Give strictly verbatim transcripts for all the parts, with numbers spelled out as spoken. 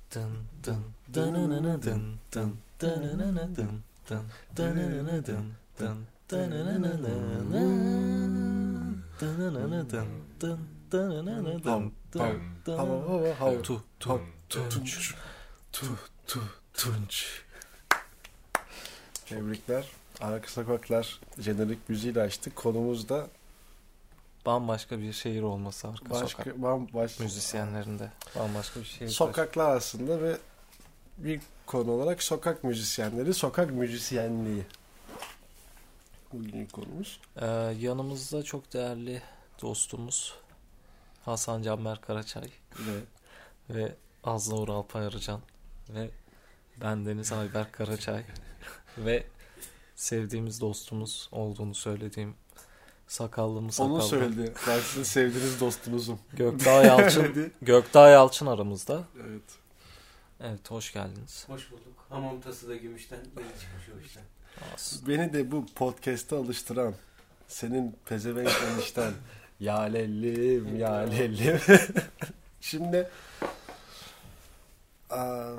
Dın dın dın dın dın dın dın dın dın dın dın tu tu tunç tu tu tunç. Tebrikler. Arka Sokaklar jenerik müziğiyle açtık. Konumuz da bambaşka bir şehir olması arka başka, sokak bambaşka müzisyenlerinde bambaşka bir şehir. Sokaklar aslında ve bir konu olarak sokak müzisyenleri, sokak müzisyenliği. Bugün konumuz. Ee, yanımızda çok değerli dostumuz Hasan Canber Karaçay ve ve Aznavur Alpay Arıcan ve bendeniz Ayberk Karaçay ve sevdiğimiz dostumuz olduğunu söylediğim sakallı mı sakallı. Onu söyledi. Ben sizin sevdiğiniz dostunuzum. Gökdağ Yalçın. Gökdağ Yalçın aramızda. Evet. Evet, hoş geldiniz. Hoş bulduk. Hamam tası da gümüşten, yeni çıkmış o işten. Beni de bu podcast'a alıştıran senin pezevenk enişten ya lellim ya lellim. Şimdi aa,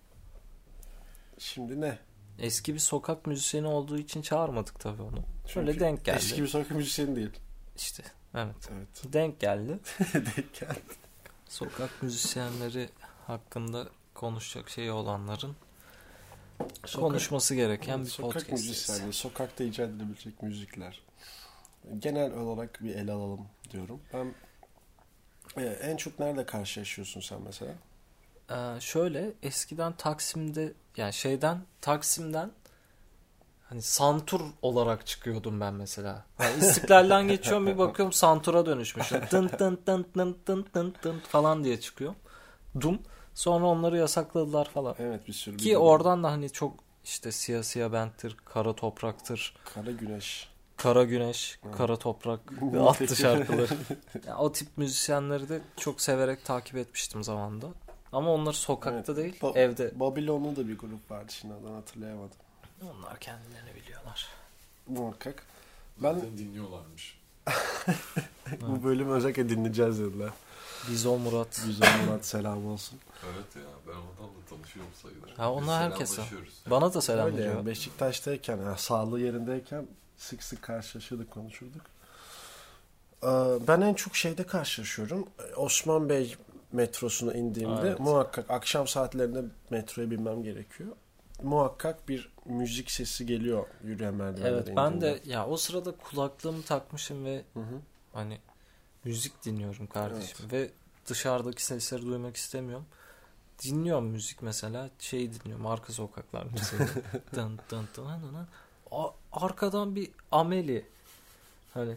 şimdi ne? Eski bir sokak müzisyeni olduğu için çağırmadık tabii onu. Şöyle Çünkü denk geldi. Eski bir sokak müzisyeni değil. İşte evet. Evet. Denk geldi. denk geldi. Sokak müzisyenleri hakkında konuşacak şey olanların Sokak, konuşması gereken bir sokak podcast. Sokak müzisyenliği, sokakta icat edilebilecek müzikler. Genel olarak bir ele alalım diyorum. Ben e, en çok nerede karşılaşıyorsun sen mesela? Ee, şöyle eskiden Taksim'de yani şeyden Taksim'den hani santur olarak çıkıyordum ben mesela. Yani İstiklal'den geçiyorum bir bakıyorum santura dönüşmüşüm. Tın tın tın tın tın tın tın falan diye çıkıyor. Dum. Sonra onları yasakladılar falan. Evet bir sürü. Ki oradan da hani çok işte Siyah Siyah Bent'tir, Kara Toprak'tır. Kara Güneş. Kara Güneş, ha. Kara Toprak attı şarkıları. Yani o tip müzisyenleri de çok severek takip etmiştim zamanında. Ama onlar sokakta evet. değil, ba- evde. Babylon'da da bir grup vardı şimdi adını hatırlayamadım. Onlar kendilerini biliyorlar. Muhakkak. Ben dinliyorlarmış. Bu bölümü özellikle dinleyeceğiz dediler. Bizol Murat. Bizol Murat selam olsun. Evet ya ben adamla tanışıyorum sayılır. Ha onlar herkese. Bana da selam veriyor. Yani, Beşiktaş'tayken, yani sağlığı yerindeyken sık sık karşılaşıyorduk, konuşurduk. Ben en çok şeyde karşılaşıyorum. Osman Bey metrosuna indiğimde evet. muhakkak akşam saatlerinde metroya binmem gerekiyor. Muhakkak bir müzik sesi geliyor yürüyen merdivenlere evet, indiğimde. Ben de ya o sırada kulaklığımı takmışım ve hı hı. hani müzik dinliyorum kardeşim evet. ve dışarıdaki sesleri duymak istemiyorum. Dinliyorum müzik mesela şey dinliyorum arka sokaklar müziği. dın dın dın dın. A- arkadan bir Ameli hani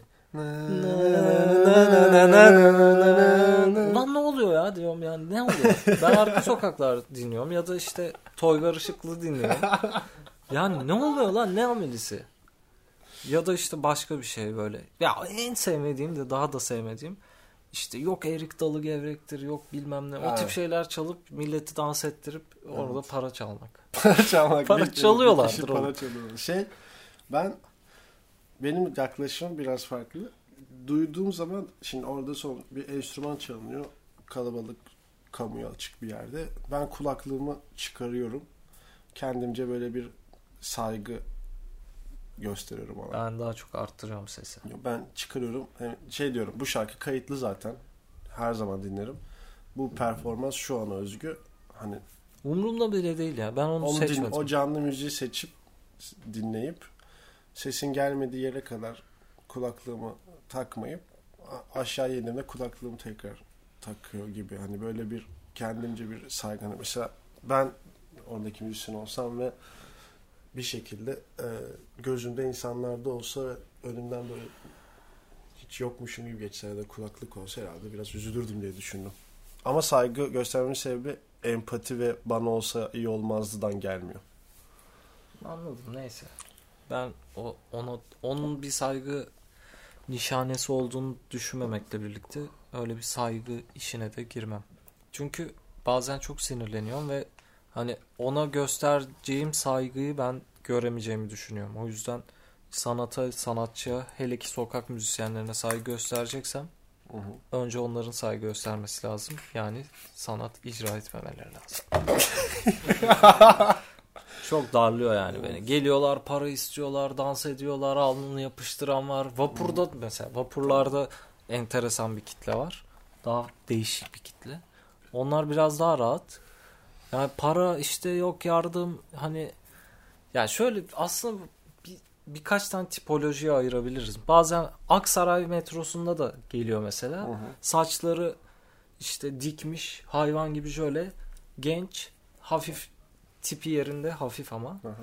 ulan ne oluyor ya diyorum yani ne oluyor? Ben arka sokaklar dinliyorum ya da işte Toygar Işıklı dinliyorum. Yani ne oluyor lan ne Amelisi? Ya da işte başka bir şey böyle. Ya en sevmediğim de daha da sevmediğim işte yok erik dalı gevrektir yok bilmem ne. O evet. tip şeyler çalıp milleti dans ettirip orada evet. para çalmak. Para çalmak. Para bir, çalıyorlardır. Bir para çalıyorlar. Şey ben benim yaklaşımım biraz farklı. Duyduğum zaman şimdi orada son bir enstrüman çalınıyor. Kalabalık kamuya açık bir yerde. Ben kulaklığımı çıkarıyorum. Kendimce böyle bir saygı gösteriyorum ona. Ben daha çok arttırıyorum sesi. Ben çıkarıyorum. Şey diyorum bu şarkı kayıtlı zaten. Her zaman dinlerim. Bu performans şu ana özgü. Hani umurumda bile değil ya. Ben onu, onu seçmedim. Din, o canlı müziği seçip dinleyip sesin gelmediği yere kadar kulaklığımı takmayıp aşağı indiğimde kulaklığımı tekrar takıyor gibi. Hani böyle bir kendimce bir saygı. Hani mesela ben oradaki müzisyen olsam ve bir şekilde e, gözümde insanlarda olsa ve önümden böyle hiç yokmuşum gibi geçse ya da kulaklık olsa herhalde biraz üzülürdüm diye düşündüm. Ama saygı göstermemin sebebi empati ve bana olsa iyi olmazdıdan gelmiyor. Anladım neyse. Ben o ona onun bir saygı nişanesi olduğunu düşünmemekle birlikte öyle bir saygı işine de girmem. Çünkü bazen çok sinirleniyorum ve hani ona göstereceğim saygıyı ben göremeyeceğimi düşünüyorum. O yüzden sanata, sanatçıya hele ki sokak müzisyenlerine saygı göstereceksem Hı hı. Önce onların saygı göstermesi lazım. Yani sanat icra etmemeleri lazım. Çok darlıyor yani beni. Geliyorlar, para istiyorlar, dans ediyorlar, alnını yapıştıran var. Vapurda mesela, vapurlarda enteresan bir kitle var. Daha değişik bir kitle. Onlar biraz daha rahat. Yani para işte yok, yardım hani, yani şöyle aslında bir, birkaç tane tipolojiye ayırabiliriz. Bazen Aksaray metrosunda da geliyor mesela. Hı hı. Saçları işte dikmiş hayvan gibi, şöyle genç, hafif tipi yerinde, hafif ama. Hı hı.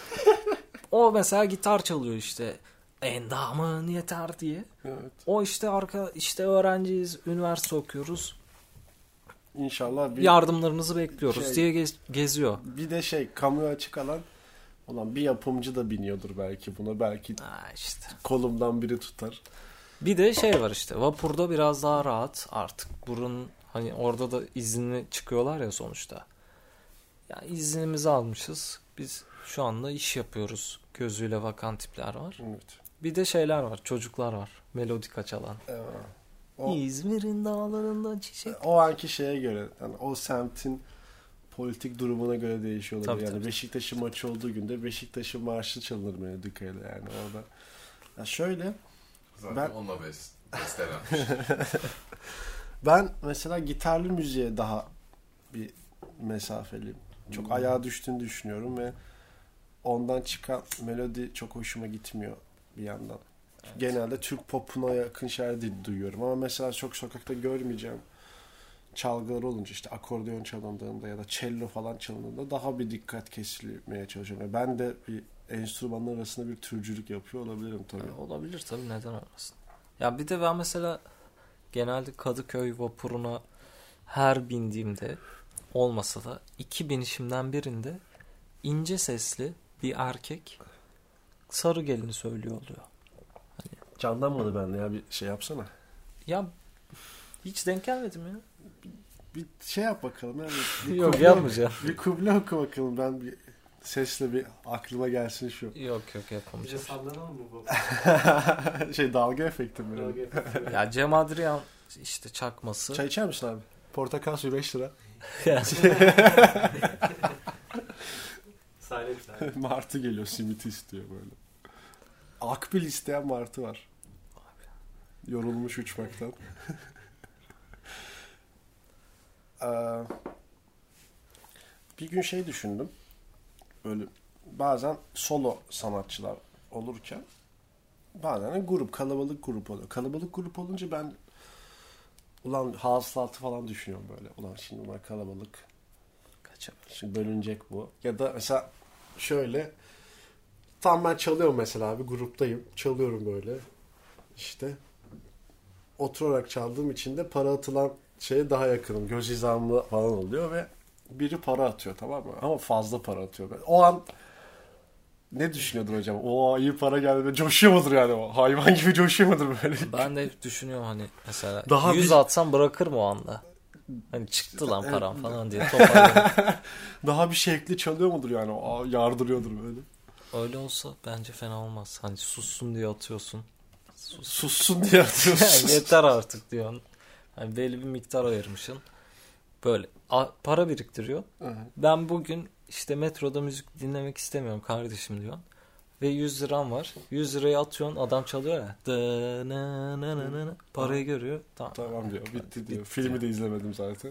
O mesela gitar çalıyor işte. Endamın yeter diye. Evet. O işte arka işte öğrenciyiz, üniversite okuyoruz. İnşallah bir Yardımlarınızı bekliyoruz şey- diye gez- geziyor. bir de şey kamuya açık alan olan bir yapımcı da biniyordur belki buna. Belki Ha işte. kolumdan biri tutar. Bir de şey var işte, vapurda biraz daha rahat artık. Burun hani, orada da izinli çıkıyorlar ya sonuçta. Yani iznimizi almışız. Biz şu anda iş yapıyoruz gözüyle bakan tipler var. Evet. Bir de şeyler var, çocuklar var. Melodika çalan. Ee, o, İzmir'in dağlarında çiçek. o anki şeye göre, yani o semtin politik durumuna göre değişiyor olabilir. Tabii, yani tabii. Beşiktaş'ın maçı olduğu günde Beşiktaş'ın marşı çalınır melodikayla yani orada. Ya şöyle, Zaten Ben- onunla bes bestelenmiş. ben mesela gitarlı müziğe daha bir mesafeliyim. Çok ayağa düştüğünü düşünüyorum ve ondan çıkan melodi çok hoşuma gitmiyor bir yandan. Evet. Genelde Türk popuna yakın şeyler de duyuyorum ama mesela çok sokakta görmeyeceğim çalgılar olunca, işte akordeon çalındığında ya da cello falan çalındığında daha bir dikkat kesilmeye çalışıyorum. Yani ben de bir enstrümanlar arasında bir türcülük yapıyor olabilirim tabii. Ya olabilir tabii, neden olmasın. Ya bir de ben mesela genelde Kadıköy vapuruna her bindiğimde, olmasa da iki binişimden birinde ince sesli bir erkek Sarı Gelin'i söylüyor oluyor. Canlanmadı bende ya, bir şey yapsana. Ya hiç denk gelmedim ya. Bir şey yap bakalım. Yani bir Yok, kuble- yapmayacağım. Bir kuble oku bakalım, ben bir sesle bir aklıma gelsin şu. Yok yok, Bize yapamayacağım. sallanalım mı bu? şey dalga efekti mi? Dalga yapıyoruz. Ya Cem Adrian işte çakması. Çay içer misin abi? Portakal suyu beş lira. Salep salep. Martı geliyor, simiti istiyor böyle. Akbil isteyen martı var. Yorulmuş uçmaktan. Ee, bir gün şey düşündüm. Böyle bazen solo sanatçılar olurken bazen de grup, kalabalık grup oluyor. Kalabalık grup olunca ben ulan hasılatı falan düşünüyorum böyle. Ulan şimdi bunlar kalabalık. Kaçabilir. Şimdi bölünecek bu. Ya da mesela şöyle, tam ben çalıyorum mesela abi, gruptayım. Çalıyorum böyle. İşte oturarak çaldığım için de para atılan şeye daha yakınım. Göz hizamlı falan oluyor ve biri para atıyor, tamam mı? Ama fazla para atıyor. O an ne düşünüyordur hocam? O iyi para geldi ve coşuyor mudur yani o? Hayvan gibi coşuyor mudur böyle? Ben de hep düşünüyorum hani mesela Daha yüz bir- atsam bırakır mı o anda? Hani çıktı lan param falan diye toparlanır. Daha bir şekli çalıyor mudur yani? O yardırıyordur böyle. Öyle olsa bence fena olmaz. Hani sussun diye atıyorsun. Sus. Sussun diye atıyorsun. Yeter artık diyorsun. Hani belli bir miktar ayırmışsın. Böyle a- para biriktiriyor. Evet. Ben bugün işte metroda müzik dinlemek istemiyorum kardeşim diyorsun. Ve yüz liram var. yüz lirayı atıyorsun, adam çalıyor ya. Dı nı nı nı nı nı. Parayı görüyor. Tamam. Tamam diyor. Bitti diyor. Bitti Filmi diyor. de izlemedim zaten.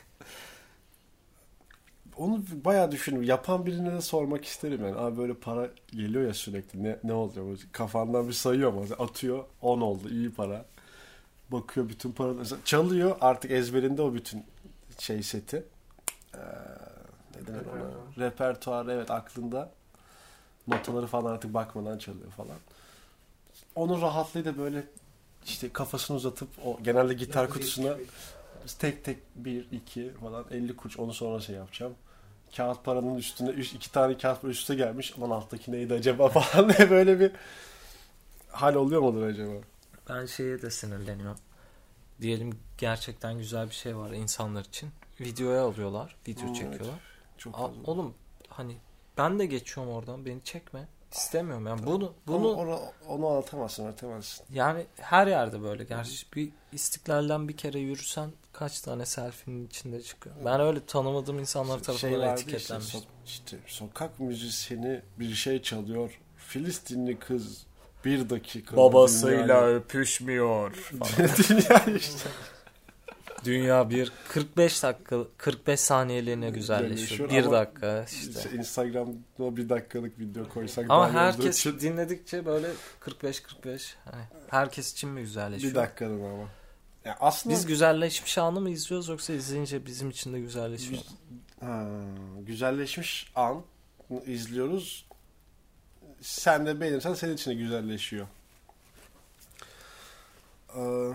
Onu bayağı düşündüm. Yapan birine de sormak isterim yani. Abi böyle para geliyor ya sürekli. Ne ne oluyor? Böyle kafandan bir sayıyor ama atıyor. on oldu. İyi para. Bakıyor bütün para. Mesela çalıyor. Artık ezberinde o bütün şey seti. Ee, ne denir ona? Repertuarı, evet, aklında. Notaları falan artık bakmadan çalıyor falan. Onun rahatlığı da böyle işte kafasını uzatıp o genelde gitar kutusuna tek tek bir, iki falan elli kuruş, onu sonra şey yapacağım. Kağıt paranın üstüne üç, iki tane kağıt para üstüne gelmiş. Lan alttaki neydi acaba falan diye böyle bir hal oluyor mudur acaba? Ben şeye de sinirleniyorum. Diyelim gerçekten güzel bir şey var insanlar için. Videoya alıyorlar. Video Evet. çekiyorlar. Çok Aa, fazla. oğlum hani ben de geçiyorum oradan. Beni çekme. istemiyorum yani. Bunu bunu Onu, onu, onu anlatamazsın, anlatamazsın. yani her yerde böyle. Gerçi bir İstiklal'den bir kere yürüsen kaç tane selfie'nin içinde çıkıyor. Ben öyle tanımadığım insanlar tarafından vardı etiketlenmiştim. Işte, so- işte sokak müzisyeni bir şey çalıyor. Filistinli kız bir dakika Babasıyla öpüşmüyor falan. dünya işte. Dünya bir kırk beş dakika kırk beş saniyeliğine güzelleşiyor. Bir Ama dakika işte. işte Instagram'da bir dakikalık video koysak Ama daha iyi olduğu herkes için dinledikçe böyle kırk beş kırk beş hani herkes için mi güzelleşiyor? bir dakikanın ama. Ya aslında Biz güzelleşmiş anı mı izliyoruz yoksa izleyince bizim için de güzelleşiyor? ha, güzelleşmiş an izliyoruz. Sen de beğenirsen senin için de güzelleşiyor. Ee,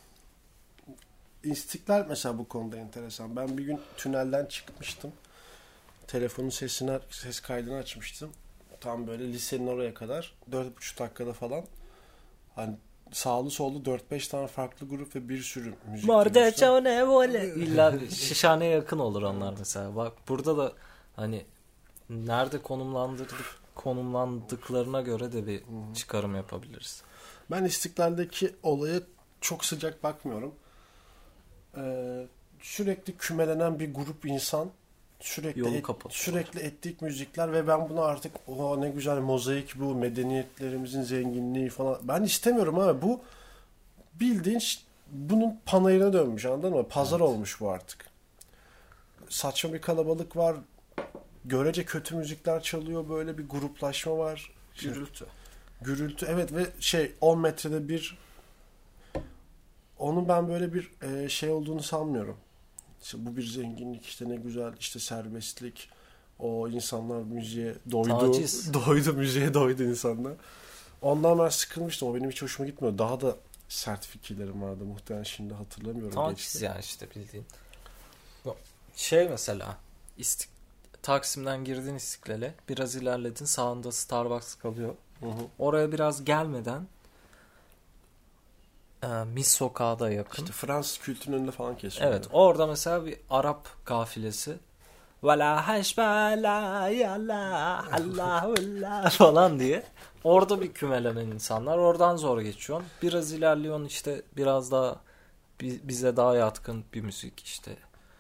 İstiklal mesela bu konuda enteresan. Ben bir gün tünelden çıkmıştım. Telefonun sesini, ses kaydını açmıştım. Tam böyle lisenin oraya kadar. Dört buçuk dakikada falan. Hani sağlı sollu dört beş tane farklı grup ve bir sürü müzik duymuştum. İlla Şişhane'ye yakın olur onlar mesela. Bak burada da hani nerede konumlandırdık konumlandıklarına göre de bir çıkarım yapabiliriz. Ben İstiklal'deki olaya çok sıcak bakmıyorum. Ee, sürekli kümelenen bir grup insan, sürekli Yolu et, kapatıyorlar. sürekli etnik müzikler ve ben bunu artık o ne güzel mozaik bu medeniyetlerimizin zenginliği falan. Ben istemiyorum abi. Bu bildiğin ş- bunun panayırına dönmüş, anladın mı? Pazar Evet. olmuş bu artık. Saçma bir kalabalık var. Görece kötü müzikler çalıyor. Böyle bir gruplaşma var. Gürültü. Gürültü evet ve şey on metrede bir onun ben böyle bir e, şey olduğunu sanmıyorum. İşte bu bir zenginlik işte ne güzel işte serbestlik o insanlar müziğe doydu. Taciz. Doydu müziğe doydu insanlar. Ondan ben sıkılmıştım. O benim hiç hoşuma gitmiyor. Daha da sert fikirlerim vardı muhtemelen şimdi hatırlamıyorum. Taciz geçti. yani işte bildiğin. Şey mesela istik Taksim'den girdin İstiklal'e biraz ilerledin sağında Starbucks kalıyor. Hı hı. Oraya biraz gelmeden e, Mis Sokağı da yakın. İşte Fransız kültürünün önünde falan kesiyor. Evet orada mesela bir Arap kafilesi Vela haşbe la yalla Allah falan diye orada bir kümelenen insanlar oradan zor geçiyorsun. Biraz ilerliyorsun işte biraz daha bize daha yatkın bir müzik işte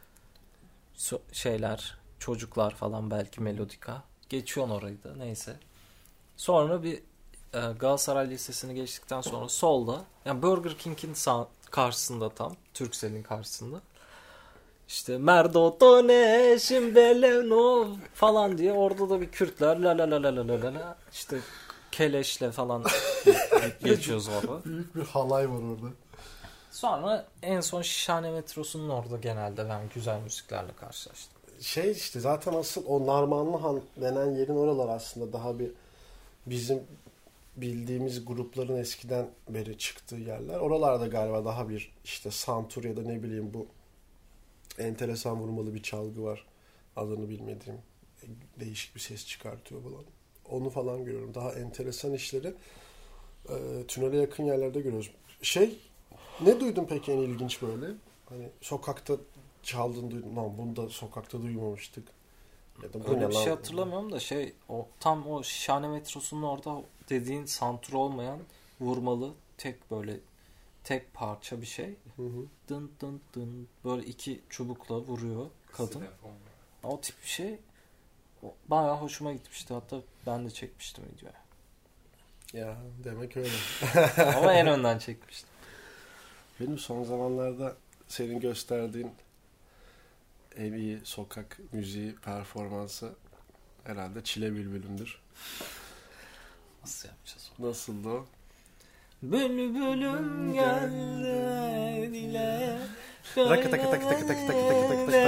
so- şeyler çocuklar falan belki melodika geçiyorsun orayı da neyse. Sonra bir e, Galatasaray Lisesi'ni geçtikten sonra solda yani Burger King'in sağ, karşısında tam Turkcell'in karşısında işte Merdo Tone Şimbelenov falan diye orada da bir Kürtler la la la la la la la işte keleşle falan geçiyoruz orada. Büyük bir halay var orada. Sonra en son Şişhane metrosunun orada genelde ben güzel müziklerle karşılaştım. Şey işte zaten asıl o Narmanlıhan denen yerin oralar aslında daha bir bizim bildiğimiz grupların eskiden beri çıktığı yerler. Oralarda galiba daha bir işte santur ya da ne bileyim bu enteresan vurmalı bir çalgı var. Adını bilmediğim değişik bir ses çıkartıyor falan. Onu falan görüyorum. Daha enteresan işleri e, tünele yakın yerlerde görüyoruz. Şey ne duydun peki en ilginç böyle? Hani sokakta çaldığını duydum. Lan bunu da sokakta duymamıştık. Ya da bu Öyle ne bir lan? şey hatırlamıyorum da şey o tam o Şişhane metrosunun orada dediğin santur olmayan vurmalı tek böyle tek parça bir şey. Hı hı. Dın dın dın böyle iki çubukla vuruyor kadın. O tip bir şey o bayağı hoşuma gitmişti. Hatta ben de çekmiştim videoya. Ya demek öyle. Ama en önden çekmiştim. Benim son zamanlarda senin gösterdiğin en iyi sokak müziği performansı herhalde Çile Bülbül'ümdür. Nasıl yapacağız onu? Nasıldı o? Bülbülüm geldi dile. Rakı takı takı takı takı takı takı takı takı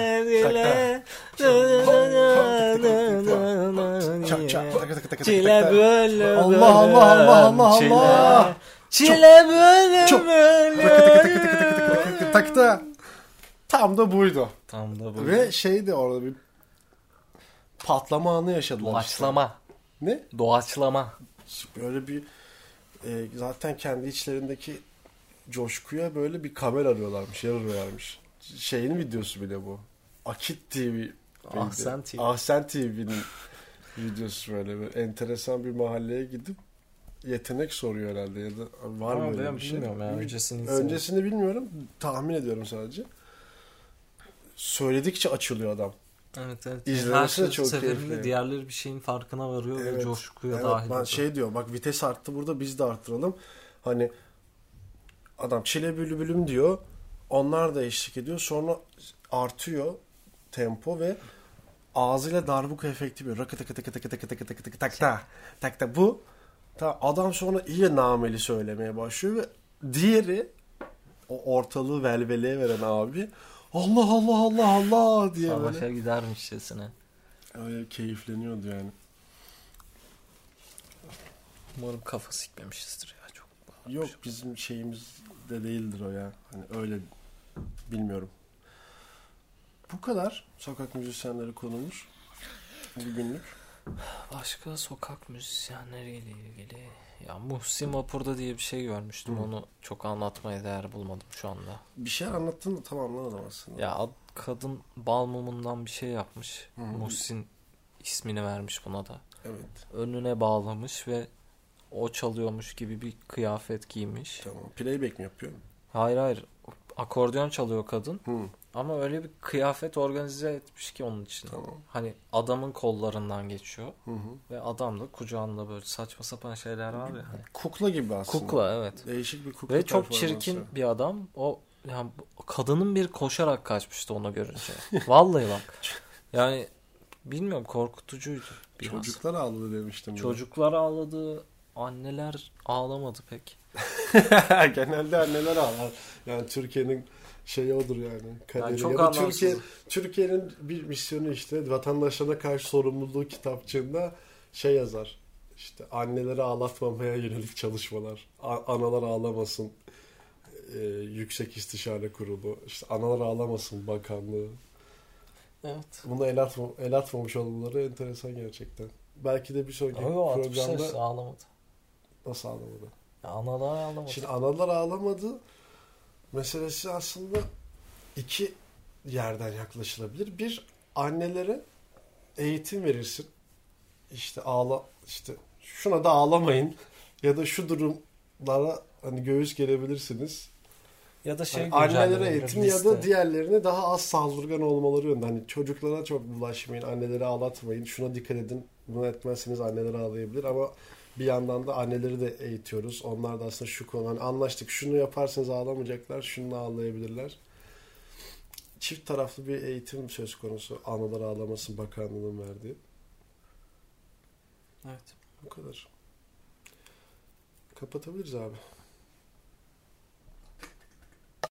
Çak çak takı takı takı Çile takı. bülbülüm. Allah Allah Allah Allah Allah. Çile bülbülüm. Çok. Takı takı takı takı takı takı takı taktı. Tam da buydu. Tam da bu. Ve şeydi orada bir patlama anı yaşadılar. Doğaçlama. Ne? Doğaçlama. Böyle bir e, zaten kendi içlerindeki coşkuya böyle bir kamera arıyorlarmış, yer arıyorlarmış. Şeyin videosu bile bu. Akit T V. Ahsen T V. Ahsen T V'nin videosu böyle. böyle enteresan bir mahalleye gidip yetenek soruyor herhalde ya da var mı Ama öyle ben bir şey? bilmiyorum yani, öncesini izlemedim. Öncesini bilmiyorum. Tahmin ediyorum sadece. Söyledikçe açılıyor adam. Evet evet. İzlemesi Her de çok seferinde keyifli. diğerleri bir şeyin farkına varıyor Evet, ve coşkuya evet, dahil ben oluyor. şey diyor bak vites arttı burada biz de arttıralım. Hani adam çile bülbülüm diyor. Onlar da eşlik ediyor. Sonra artıyor tempo ve ağzıyla darbuka efekti bir rakı takı takı takı takı takı takı takı tak tak tak tak bu. Ta adam sonra iyi nameli söylemeye başlıyor ve diğeri o ortalığı velveleye veren abi Allah Allah Allah Allah diye Savaşa böyle gidermişçesine. öyle keyifleniyordu yani. Umarım kafa sikmemişizdir ya çok. Yok bizim şeyimiz de değildir o ya. Hani öyle bilmiyorum. Bu kadar sokak müzisyenleri konumuz bugünlük. Başka sokak müzisyenleriyle ilgili. Ya Muhsin Vapur'da diye bir şey görmüştüm. Hı. Onu çok anlatmaya değer bulmadım şu anda. Bir şey anlattın da tam anlamadım aslında. Ya ad- kadın bal mumundan bir şey yapmış. Hı. Muhsin ismini vermiş buna da. Evet. Önüne bağlamış ve o çalıyormuş gibi bir kıyafet giymiş. Tamam. Playback mi yapıyor? Hayır hayır. Akordeon çalıyor kadın. Hı. Ama öyle bir kıyafet organize etmiş ki onun için. Tamam. Hani adamın kollarından geçiyor. Hı hı. Ve adam da kucağında böyle saçma sapan şeyler var ya. Hani. Kukla gibi aslında. Kukla evet. Değişik bir kukla Ve çok performansı. çirkin bir adam. O yani kadının bir koşarak kaçmıştı onu görünce. Vallahi bak. Yani bilmiyorum korkutucuydu biraz. Çocuklar ağladı demiştim. ben. Çocuklar ağladı. Anneler ağlamadı pek. Genelde anneler ağlar. Yani Türkiye'nin şeyi odur yani. Kaderi. Yani çok ya da anlamsız. Türkiye, Türkiye'nin bir misyonu işte vatandaşlarına karşı sorumluluğu kitapçığında şey yazar. İşte anneleri ağlatmamaya yönelik çalışmalar. A- analar ağlamasın. Ee, Yüksek İstişare Kurulu. İşte analar ağlamasın bakanlığı. Evet. Buna el, atma, el atmamış olmaları enteresan gerçekten. Belki de bir sonraki Ama o atmışlar programda işte ağlamadı. nasıl ağlamadı? Ya analar ağlamadı. Şimdi analar ağlamadı meselesi aslında iki yerden yaklaşılabilir. Bir, annelere eğitim verirsin. İşte ağla işte şuna da ağlamayın ya da şu durumlara hani göğüs gerebilirsiniz. Ya da şey Hani annelere güncellenebilir, eğitim liste. ya da diğerlerine daha az saldırgan olmaları yönünde. Hani çocuklara çok bulaşmayın, anneleri ağlatmayın, şuna dikkat edin. Bunu etmezseniz anneler ağlayabilir ama bir yandan da anneleri de eğitiyoruz. Onlar da aslında şu konu hani anlaştık. Şunu yaparsanız ağlamayacaklar, şunu ağlayabilirler. Çift taraflı bir eğitim söz konusu. Analar Ağlamasın Bakanlığı'nın verdiği. Evet. Bu kadar. Kapatabiliriz abi.